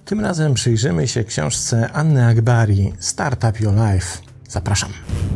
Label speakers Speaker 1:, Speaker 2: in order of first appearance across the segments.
Speaker 1: Tym razem przyjrzymy się książce Anny Akbari Startup Your Life. Zapraszam.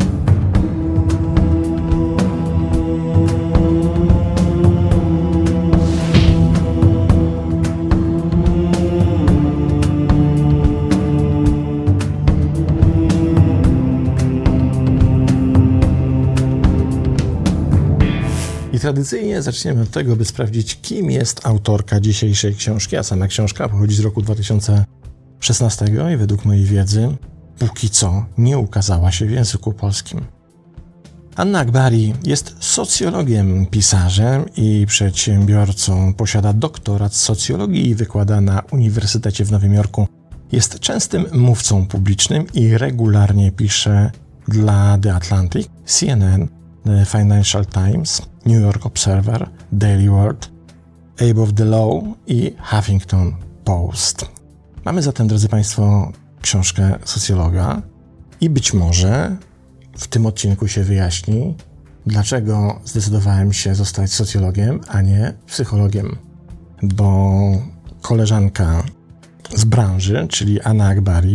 Speaker 1: I tradycyjnie zaczniemy od tego, by sprawdzić, kim jest autorka dzisiejszej książki, a sama książka pochodzi z roku 2016 i według mojej wiedzy póki co nie ukazała się w języku polskim. Anna Akbari jest socjologiem, pisarzem i przedsiębiorcą. Posiada doktorat z socjologii i wykłada na Uniwersytecie w Nowym Jorku. Jest częstym mówcą publicznym i regularnie pisze dla The Atlantic, CNN, The Financial Times, New York Observer, Daily World, Above the Law i Huffington Post. Mamy zatem, drodzy Państwo, książkę socjologa i być może w tym odcinku się wyjaśni, dlaczego zdecydowałem się zostać socjologiem, a nie psychologiem. Bo koleżanka z branży, czyli Anna Akbari,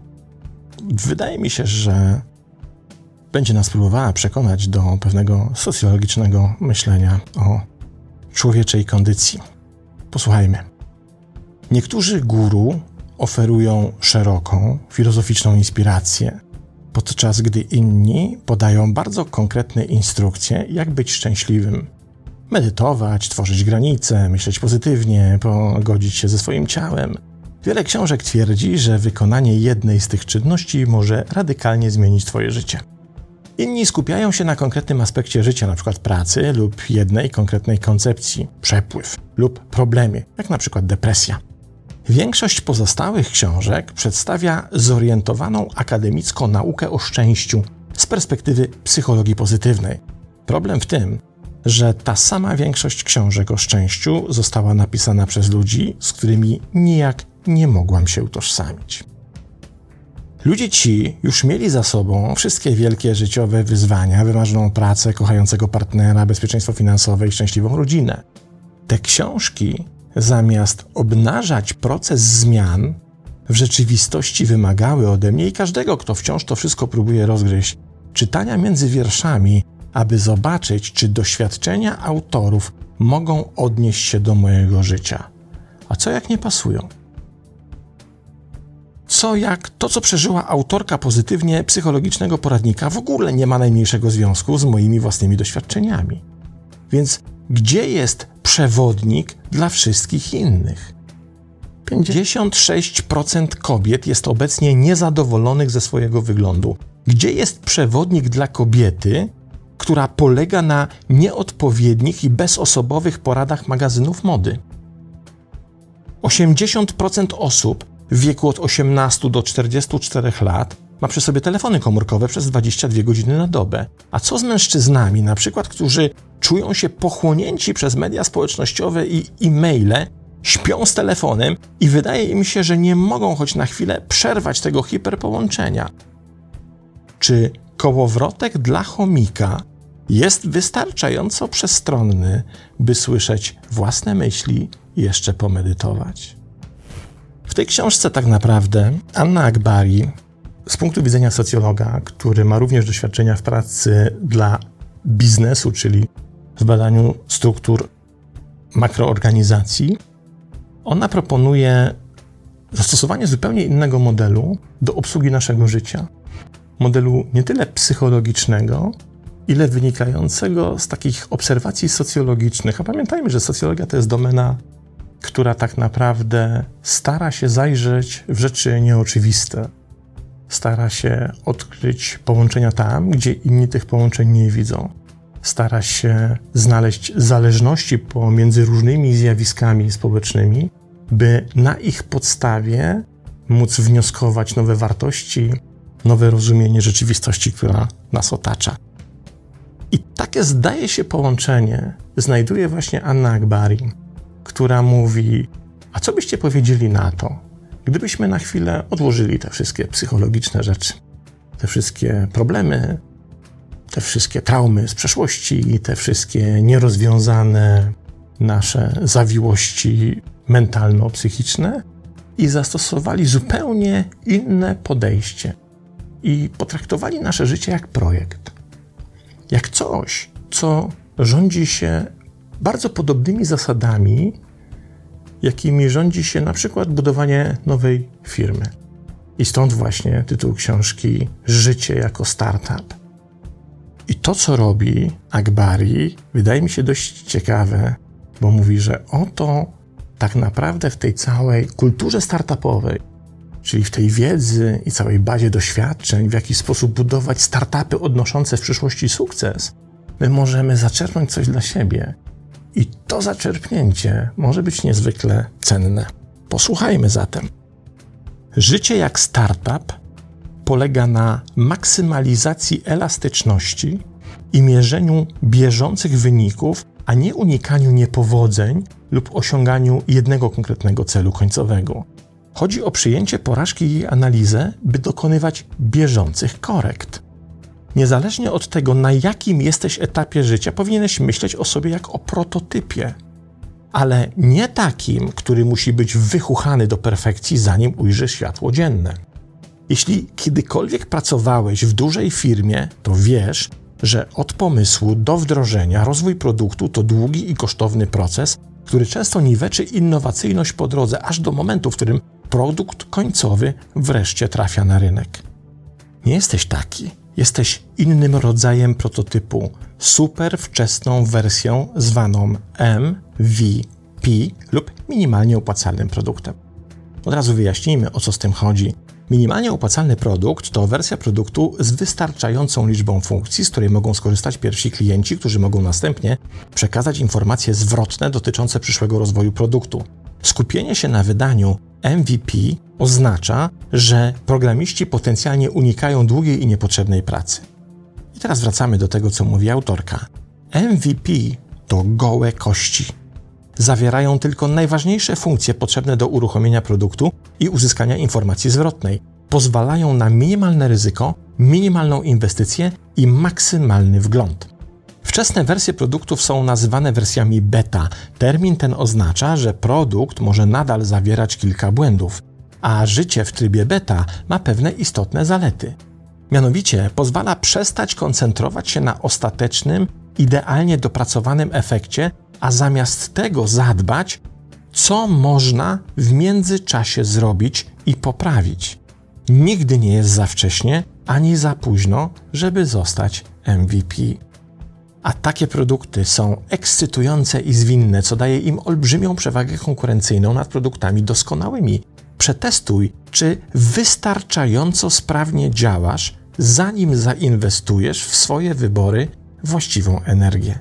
Speaker 1: wydaje mi się, że będzie nas próbowała przekonać do pewnego socjologicznego myślenia o człowieczej kondycji. Posłuchajmy. Niektórzy guru oferują szeroką, filozoficzną inspirację, podczas gdy inni podają bardzo konkretne instrukcje, jak być szczęśliwym. Medytować, tworzyć granice, myśleć pozytywnie, pogodzić się ze swoim ciałem. Wiele książek twierdzi, że wykonanie jednej z tych czynności może radykalnie zmienić Twoje życie. Inni skupiają się na konkretnym aspekcie życia, np. pracy lub jednej konkretnej koncepcji, przepływ lub problemie, jak np. depresja. Większość pozostałych książek przedstawia zorientowaną akademicką naukę o szczęściu z perspektywy psychologii pozytywnej. Problem w tym, że ta sama większość książek o szczęściu została napisana przez ludzi, z którymi nijak nie mogłam się utożsamić. Ludzie ci już mieli za sobą wszystkie wielkie życiowe wyzwania, wymarzoną pracę, kochającego partnera, bezpieczeństwo finansowe i szczęśliwą rodzinę. Te książki, zamiast obnażać proces zmian, w rzeczywistości wymagały ode mnie i każdego, kto wciąż to wszystko próbuje rozgryźć, czytania między wierszami, aby zobaczyć, czy doświadczenia autorów mogą odnieść się do mojego życia. A co jak nie pasują? Co jak to, co przeżyła autorka pozytywnie psychologicznego poradnika, w ogóle nie ma najmniejszego związku z moimi własnymi doświadczeniami. Więc gdzie jest przewodnik dla wszystkich innych? 56% kobiet jest obecnie niezadowolonych ze swojego wyglądu. Gdzie jest przewodnik dla kobiety, która polega na nieodpowiednich i bezosobowych poradach magazynów mody? 80% osób w wieku od 18 do 44 lat ma przy sobie telefony komórkowe przez 22 godziny na dobę. A co z mężczyznami, na przykład, którzy czują się pochłonięci przez media społecznościowe i e-maile, śpią z telefonem i wydaje im się, że nie mogą choć na chwilę przerwać tego hiperpołączenia? Czy kołowrotek dla chomika jest wystarczająco przestronny, by słyszeć własne myśli i jeszcze pomedytować? W tej książce tak naprawdę Anna Akbari, z punktu widzenia socjologa, który ma również doświadczenia w pracy dla biznesu, czyli w badaniu struktur makroorganizacji, ona proponuje zastosowanie zupełnie innego modelu do obsługi naszego życia. Modelu nie tyle psychologicznego, ile wynikającego z takich obserwacji socjologicznych. A pamiętajmy, że socjologia to jest domena, która tak naprawdę stara się zajrzeć w rzeczy nieoczywiste. Stara się odkryć połączenia tam, gdzie inni tych połączeń nie widzą. Stara się znaleźć zależności pomiędzy różnymi zjawiskami społecznymi, by na ich podstawie móc wnioskować nowe wartości, nowe rozumienie rzeczywistości, która nas otacza. I takie, zdaje się, połączenie znajduje właśnie Anna Akbari, która mówi: a co byście powiedzieli na to, gdybyśmy na chwilę odłożyli te wszystkie psychologiczne rzeczy, te wszystkie problemy, te wszystkie traumy z przeszłości, te wszystkie nierozwiązane nasze zawiłości mentalno-psychiczne i zastosowali zupełnie inne podejście i potraktowali nasze życie jak projekt, jak coś, co rządzi się bardzo podobnymi zasadami, jakimi rządzi się na przykład budowanie nowej firmy. I stąd właśnie tytuł książki Życie jako startup. I to, co robi Akbari, wydaje mi się dość ciekawe, bo mówi, że oto tak naprawdę w tej całej kulturze startupowej, czyli w tej wiedzy i całej bazie doświadczeń, w jaki sposób budować startupy odnoszące w przyszłości sukces, my możemy zaczerpnąć coś dla siebie. I to zaczerpnięcie może być niezwykle cenne. Posłuchajmy zatem. Życie jak startup polega na maksymalizacji elastyczności i mierzeniu bieżących wyników, a nie unikaniu niepowodzeń lub osiąganiu jednego konkretnego celu końcowego. Chodzi o przyjęcie porażki i jej analizę, by dokonywać bieżących korekt. Niezależnie od tego, na jakim jesteś etapie życia, powinieneś myśleć o sobie jak o prototypie. Ale nie takim, który musi być wychuchany do perfekcji, zanim ujrzy światło dzienne. Jeśli kiedykolwiek pracowałeś w dużej firmie, to wiesz, że od pomysłu do wdrożenia rozwój produktu to długi i kosztowny proces, który często niweczy innowacyjność po drodze, aż do momentu, w którym produkt końcowy wreszcie trafia na rynek. Nie jesteś taki. Jesteś innym rodzajem prototypu, super wczesną wersją zwaną MVP lub minimalnie opłacalnym produktem. Od razu wyjaśnijmy, o co z tym chodzi. Minimalnie opłacalny produkt to wersja produktu z wystarczającą liczbą funkcji, z której mogą skorzystać pierwsi klienci, którzy mogą następnie przekazać informacje zwrotne dotyczące przyszłego rozwoju produktu. Skupienie się na wydaniu MVP oznacza, że programiści potencjalnie unikają długiej i niepotrzebnej pracy. I teraz wracamy do tego, co mówi autorka. MVP to gołe kości. Zawierają tylko najważniejsze funkcje potrzebne do uruchomienia produktu i uzyskania informacji zwrotnej. Pozwalają na minimalne ryzyko, minimalną inwestycję i maksymalny wgląd. Wczesne wersje produktów są nazywane wersjami beta. Termin ten oznacza, że produkt może nadal zawierać kilka błędów, a życie w trybie beta ma pewne istotne zalety. Mianowicie pozwala przestać koncentrować się na ostatecznym, idealnie dopracowanym efekcie, a zamiast tego zadbać, co można w międzyczasie zrobić i poprawić. Nigdy nie jest za wcześnie, ani za późno, żeby zostać MVP. A takie produkty są ekscytujące i zwinne, co daje im olbrzymią przewagę konkurencyjną nad produktami doskonałymi. Przetestuj, czy wystarczająco sprawnie działasz, zanim zainwestujesz w swoje wybory właściwą energię.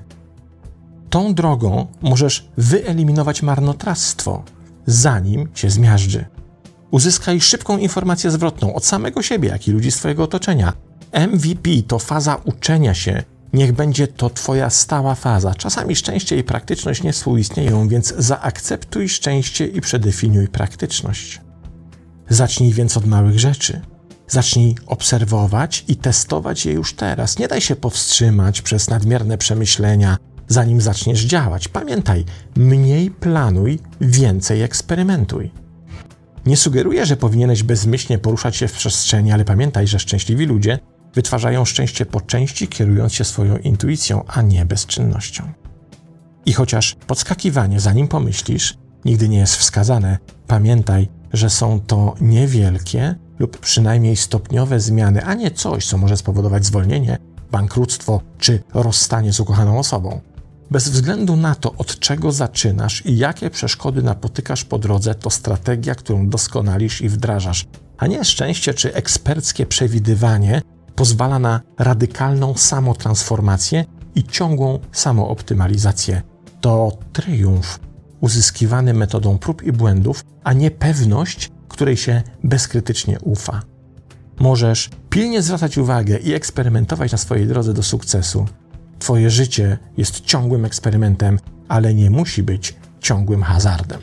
Speaker 1: Tą drogą możesz wyeliminować marnotrawstwo, zanim cię zmiażdży. Uzyskaj szybką informację zwrotną od samego siebie, jak i ludzi z twojego otoczenia. MVP to faza uczenia się. Niech będzie to twoja stała faza. Czasami szczęście i praktyczność nie współistnieją, więc zaakceptuj szczęście i przedefiniuj praktyczność. Zacznij więc od małych rzeczy. Zacznij obserwować i testować je już teraz. Nie daj się powstrzymać przez nadmierne przemyślenia, zanim zaczniesz działać. Pamiętaj, mniej planuj, więcej eksperymentuj. Nie sugeruję, że powinieneś bezmyślnie poruszać się w przestrzeni, ale pamiętaj, że szczęśliwi ludzie wytwarzają szczęście po części, kierując się swoją intuicją, a nie bezczynnością. I chociaż podskakiwanie, zanim pomyślisz, nigdy nie jest wskazane, pamiętaj, że są to niewielkie lub przynajmniej stopniowe zmiany, a nie coś, co może spowodować zwolnienie, bankructwo czy rozstanie z ukochaną osobą. Bez względu na to, od czego zaczynasz i jakie przeszkody napotykasz po drodze, to strategia, którą doskonalisz i wdrażasz, a nie szczęście czy eksperckie przewidywanie pozwala na radykalną samotransformację i ciągłą samooptymalizację. To triumf uzyskiwany metodą prób i błędów, a nie pewność, której się bezkrytycznie ufa. Możesz pilnie zwracać uwagę i eksperymentować na swojej drodze do sukcesu. Twoje życie jest ciągłym eksperymentem, ale nie musi być ciągłym hazardem.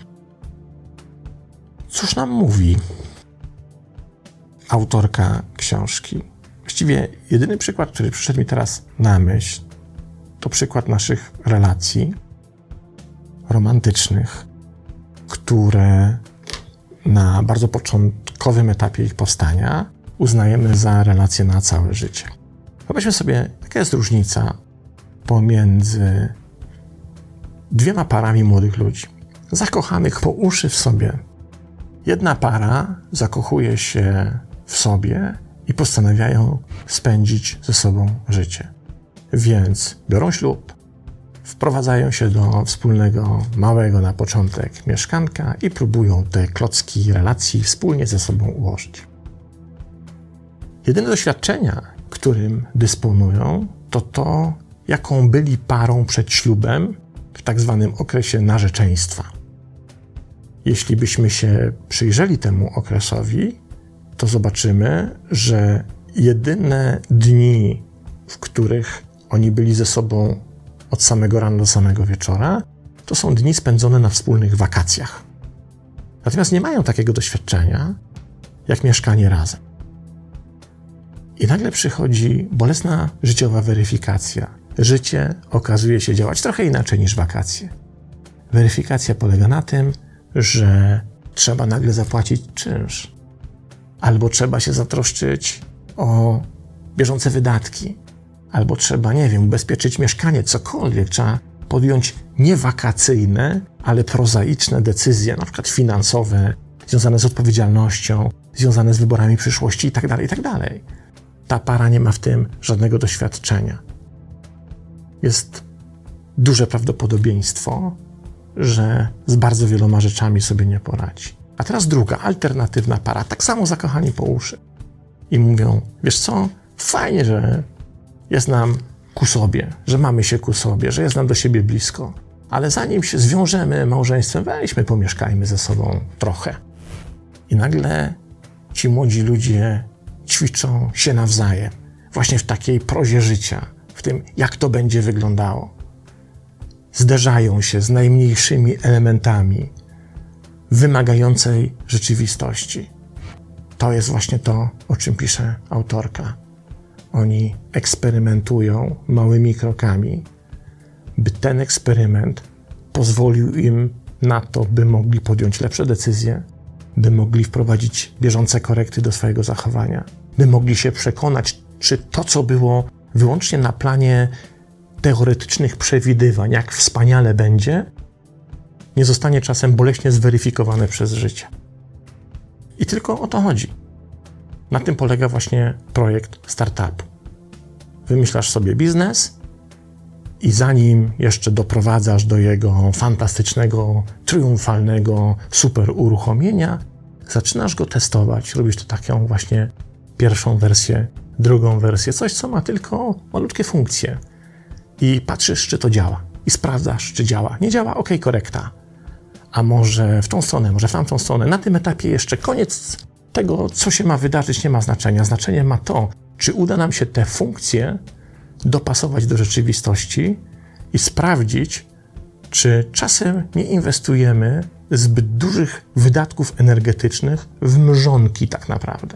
Speaker 1: Cóż nam mówi autorka książki? Właściwie jedyny przykład, który przyszedł mi teraz na myśl, to przykład naszych relacji romantycznych, które na bardzo początkowym etapie ich powstania uznajemy za relacje na całe życie. Wyobraźmy sobie, jaka jest różnica pomiędzy dwiema parami młodych ludzi, zakochanych po uszy w sobie. Jedna para zakochuje się w sobie i postanawiają spędzić ze sobą życie. Więc biorą ślub, wprowadzają się do wspólnego, małego na początek mieszkanka i próbują te klocki relacji wspólnie ze sobą ułożyć. Jedyne doświadczenia, którym dysponują, to, jaką byli parą przed ślubem w tak zwanym okresie narzeczeństwa. Jeśli byśmy się przyjrzeli temu okresowi, to zobaczymy, że jedyne dni, w których oni byli ze sobą od samego rana do samego wieczora, to są dni spędzone na wspólnych wakacjach. Natomiast nie mają takiego doświadczenia, jak mieszkanie razem. I nagle przychodzi bolesna życiowa weryfikacja. Życie okazuje się działać trochę inaczej niż wakacje. Weryfikacja polega na tym, że trzeba nagle zapłacić czynsz. Albo trzeba się zatroszczyć o bieżące wydatki. Albo trzeba, ubezpieczyć mieszkanie, cokolwiek. Trzeba podjąć nie wakacyjne, ale prozaiczne decyzje, na przykład finansowe, związane z odpowiedzialnością, związane z wyborami przyszłości itd., itd. Ta para nie ma w tym żadnego doświadczenia. Jest duże prawdopodobieństwo, że z bardzo wieloma rzeczami sobie nie poradzi. A teraz druga, alternatywna para, tak samo zakochani po uszy. I mówią, wiesz co, fajnie, że jest nam ku sobie, że mamy się ku sobie, że jest nam do siebie blisko. Ale zanim się zwiążemy małżeństwem, weźmy, pomieszkajmy ze sobą trochę. I nagle ci młodzi ludzie ćwiczą się nawzajem. Właśnie w takiej prozie życia, w tym, jak to będzie wyglądało. Zderzają się z najmniejszymi elementami wymagającej rzeczywistości. To jest właśnie to, o czym pisze autorka. Oni eksperymentują małymi krokami, by ten eksperyment pozwolił im na to, by mogli podjąć lepsze decyzje, by mogli wprowadzić bieżące korekty do swojego zachowania, by mogli się przekonać, czy to, co było wyłącznie na planie teoretycznych przewidywań, jak wspaniale będzie, nie zostanie czasem boleśnie zweryfikowane przez życie. I tylko o to chodzi. Na tym polega właśnie projekt startupu. Wymyślasz sobie biznes i zanim jeszcze doprowadzasz do jego fantastycznego, triumfalnego super uruchomienia, zaczynasz go testować. Robisz to taką właśnie pierwszą wersję, drugą wersję, coś, co ma tylko malutkie funkcje. I patrzysz, czy to działa. I sprawdzasz, czy działa. Nie działa? Okej, korekta. A może w tą stronę, może w tamtą stronę. Na tym etapie jeszcze koniec tego, co się ma wydarzyć, nie ma znaczenia. Znaczenie ma to, czy uda nam się te funkcje dopasować do rzeczywistości i sprawdzić, czy czasem nie inwestujemy zbyt dużych wydatków energetycznych w mrzonki tak naprawdę.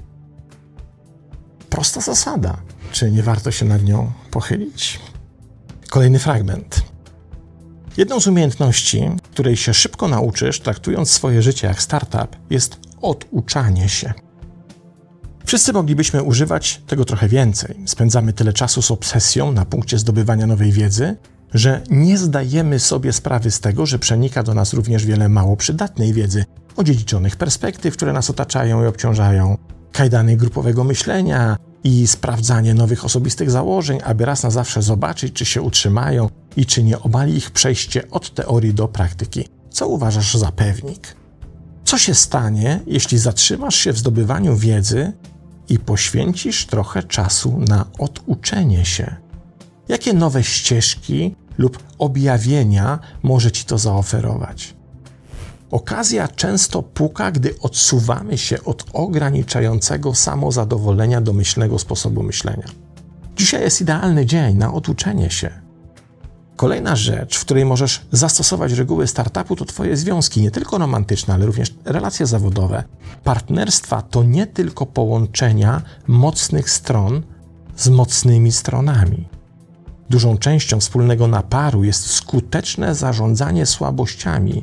Speaker 1: Prosta zasada. Czy nie warto się nad nią pochylić? Kolejny fragment. Jedną z umiejętności, której się szybko nauczysz, traktując swoje życie jak startup, jest oduczanie się. Wszyscy moglibyśmy używać tego trochę więcej. Spędzamy tyle czasu z obsesją na punkcie zdobywania nowej wiedzy, że nie zdajemy sobie sprawy z tego, że przenika do nas również wiele mało przydatnej wiedzy, odziedziczonych perspektyw, które nas otaczają i obciążają, kajdany grupowego myślenia i sprawdzanie nowych osobistych założeń, aby raz na zawsze zobaczyć, czy się utrzymają i czy nie obali ich przejście od teorii do praktyki. Co uważasz za pewnik? Co się stanie, jeśli zatrzymasz się w zdobywaniu wiedzy i poświęcisz trochę czasu na oduczenie się? Jakie nowe ścieżki lub objawienia może ci to zaoferować? Okazja często puka, gdy odsuwamy się od ograniczającego samozadowolenia domyślnego sposobu myślenia. Dzisiaj jest idealny dzień na oduczenie się. Kolejna rzecz, w której możesz zastosować reguły startupu, to twoje związki, nie tylko romantyczne, ale również relacje zawodowe. Partnerstwa to nie tylko połączenia mocnych stron z mocnymi stronami. Dużą częścią wspólnego naparu jest skuteczne zarządzanie słabościami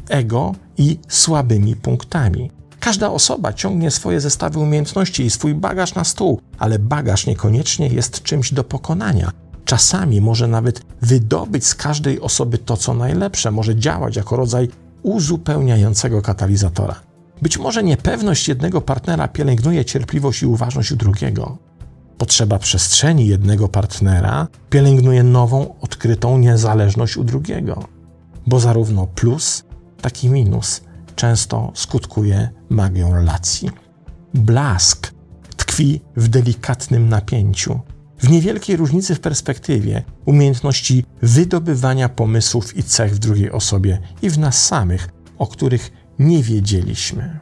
Speaker 1: ego i słabymi punktami. Każda osoba ciągnie swoje zestawy umiejętności i swój bagaż na stół, ale bagaż niekoniecznie jest czymś do pokonania. Czasami może nawet wydobyć z każdej osoby to, co najlepsze, może działać jako rodzaj uzupełniającego katalizatora. Być może niepewność jednego partnera pielęgnuje cierpliwość i uważność u drugiego. Potrzeba przestrzeni jednego partnera pielęgnuje nową, odkrytą niezależność u drugiego. Bo zarówno plus, jak i minus często skutkuje magią relacji. Blask tkwi w delikatnym napięciu, w niewielkiej różnicy w perspektywie, umiejętności wydobywania pomysłów i cech w drugiej osobie i w nas samych, o których nie wiedzieliśmy.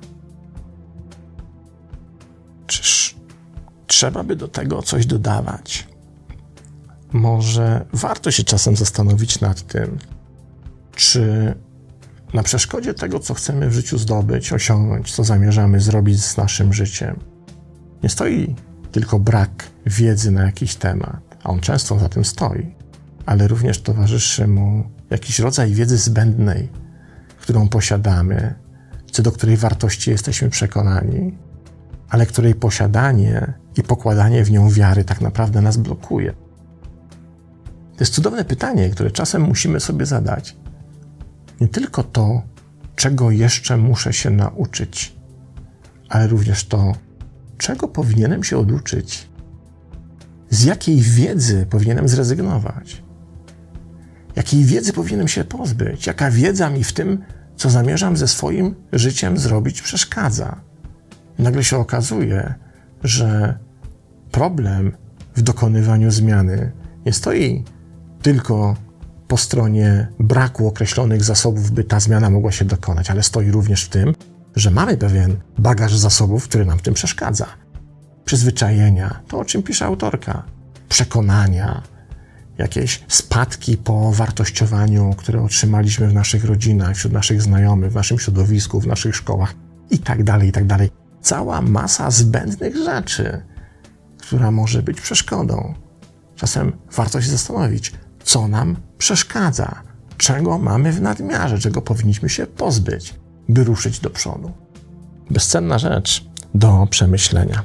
Speaker 1: Czyż trzeba by do tego coś dodawać? Może warto się czasem zastanowić nad tym, czy na przeszkodzie tego, co chcemy w życiu zdobyć, osiągnąć, co zamierzamy zrobić z naszym życiem, nie stoi tylko brak wiedzy na jakiś temat, a on często za tym stoi, ale również towarzyszy mu jakiś rodzaj wiedzy zbędnej, którą posiadamy, co do której wartości jesteśmy przekonani, ale której posiadanie i pokładanie w nią wiary tak naprawdę nas blokuje. To jest cudowne pytanie, które czasem musimy sobie zadać. Nie tylko to, czego jeszcze muszę się nauczyć, ale również to, czego powinienem się oduczyć, z jakiej wiedzy powinienem zrezygnować, jakiej wiedzy powinienem się pozbyć, jaka wiedza mi w tym, co zamierzam ze swoim życiem zrobić, przeszkadza. I nagle się okazuje, że problem w dokonywaniu zmiany nie stoi tylko po stronie braku określonych zasobów, by ta zmiana mogła się dokonać, ale stoi również w tym, że mamy pewien bagaż zasobów, który nam w tym przeszkadza. Przyzwyczajenia, to o czym pisze autorka, przekonania, jakieś spadki po wartościowaniu, które otrzymaliśmy w naszych rodzinach, wśród naszych znajomych, w naszym środowisku, w naszych szkołach i tak dalej, i tak dalej. Cała masa zbędnych rzeczy, która może być przeszkodą. Czasem warto się zastanowić, co nam przeszkadza, czego mamy w nadmiarze, czego powinniśmy się pozbyć, by ruszyć do przodu. Bezcenna rzecz do przemyślenia.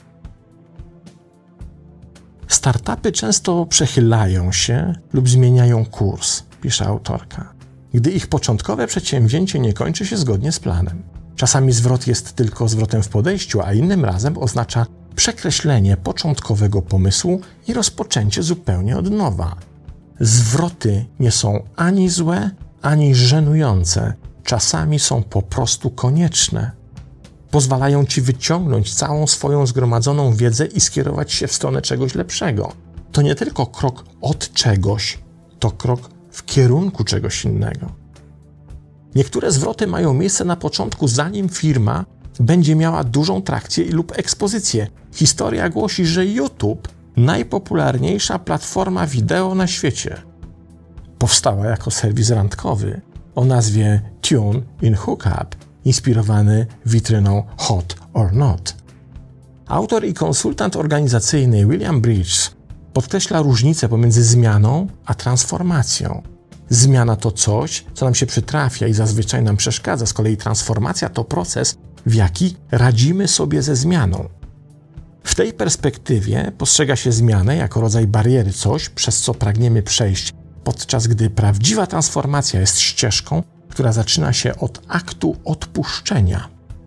Speaker 1: Startupy często przechylają się lub zmieniają kurs, pisze autorka, gdy ich początkowe przedsięwzięcie nie kończy się zgodnie z planem. Czasami zwrot jest tylko zwrotem w podejściu, a innym razem oznacza przekreślenie początkowego pomysłu i rozpoczęcie zupełnie od nowa. Zwroty nie są ani złe, ani żenujące. Czasami są po prostu konieczne. Pozwalają ci wyciągnąć całą swoją zgromadzoną wiedzę i skierować się w stronę czegoś lepszego. To nie tylko krok od czegoś, to krok w kierunku czegoś innego. Niektóre zwroty mają miejsce na początku, zanim firma będzie miała dużą trakcję lub ekspozycję. Historia głosi, że YouTube, najpopularniejsza platforma wideo na świecie, powstała jako serwis randkowy o nazwie Tune in Hookup, inspirowany witryną Hot or Not. Autor i konsultant organizacyjny William Bridges podkreśla różnicę pomiędzy zmianą a transformacją. Zmiana to coś, co nam się przytrafia i zazwyczaj nam przeszkadza. Z kolei transformacja to proces, w jaki radzimy sobie ze zmianą. W tej perspektywie postrzega się zmianę jako rodzaj bariery, coś, przez co pragniemy przejść, podczas gdy prawdziwa transformacja jest ścieżką, która zaczyna się od aktu odpuszczenia.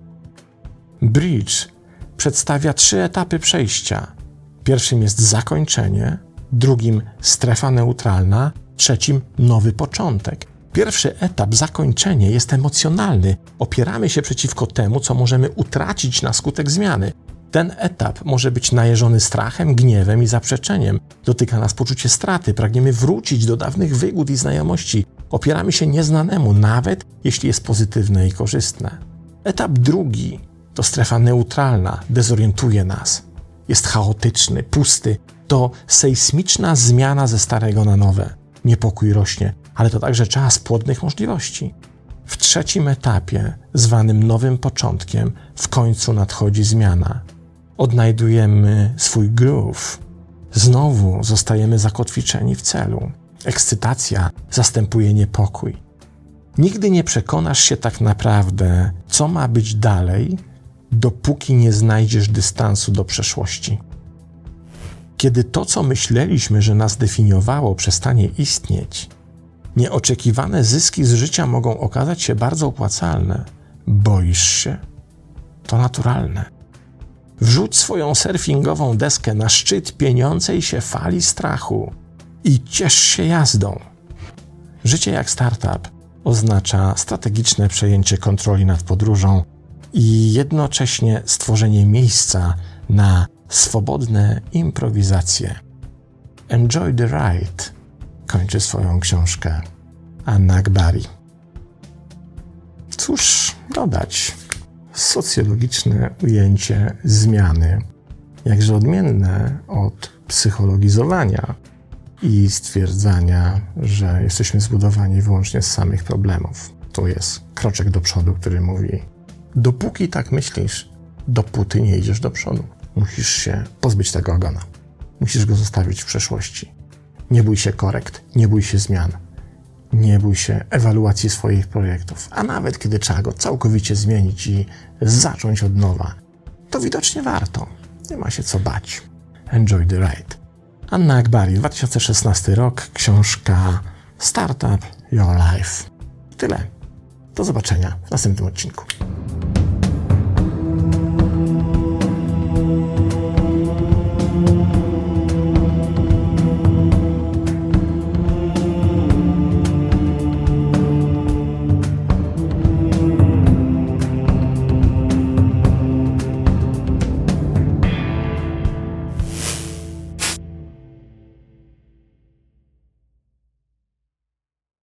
Speaker 1: Bridges przedstawia 3 etapy przejścia. Pierwszym jest zakończenie, drugim strefa neutralna, trzecim nowy początek. Pierwszy etap, zakończenie, jest emocjonalny. Opieramy się przeciwko temu, co możemy utracić na skutek zmiany. Ten etap może być najeżony strachem, gniewem i zaprzeczeniem. Dotyka nas poczucie straty, pragniemy wrócić do dawnych wygód i znajomości. Opieramy się nieznanemu, nawet jeśli jest pozytywne i korzystne. Etap drugi to strefa neutralna, dezorientuje nas. Jest chaotyczny, pusty. To sejsmiczna zmiana ze starego na nowe. Niepokój rośnie, ale to także czas płodnych możliwości. W trzecim etapie, zwanym nowym początkiem, w końcu nadchodzi zmiana. Odnajdujemy swój groove. Znowu zostajemy zakotwiczeni w celu. Ekscytacja zastępuje niepokój. Nigdy nie przekonasz się tak naprawdę, co ma być dalej, dopóki nie znajdziesz dystansu do przeszłości. Kiedy to, co myśleliśmy, że nas definiowało, przestanie istnieć, nieoczekiwane zyski z życia mogą okazać się bardzo opłacalne. Boisz się? To naturalne. Wrzuć swoją surfingową deskę na szczyt pieniącej się fali strachu i ciesz się jazdą. Życie jak startup oznacza strategiczne przejęcie kontroli nad podróżą i jednocześnie stworzenie miejsca na swobodne improwizacje. Enjoy the ride kończy swoją książkę Anna Agbari. Cóż dodać? Socjologiczne ujęcie zmiany, jakże odmienne od psychologizowania i stwierdzania, że jesteśmy zbudowani wyłącznie z samych problemów. To jest kroczek do przodu, który mówi: dopóki tak myślisz, dopóty nie idziesz do przodu. Musisz się pozbyć tego ogona. Musisz go zostawić w przeszłości. Nie bój się korekt, nie bój się zmian. Nie bój się ewaluacji swoich projektów. A nawet kiedy trzeba go całkowicie zmienić i zacząć od nowa, to widocznie warto. Nie ma się co bać. Enjoy the ride. Anna Agbari, 2016 rok, książka Startup Your Life. Tyle. Do zobaczenia w następnym odcinku.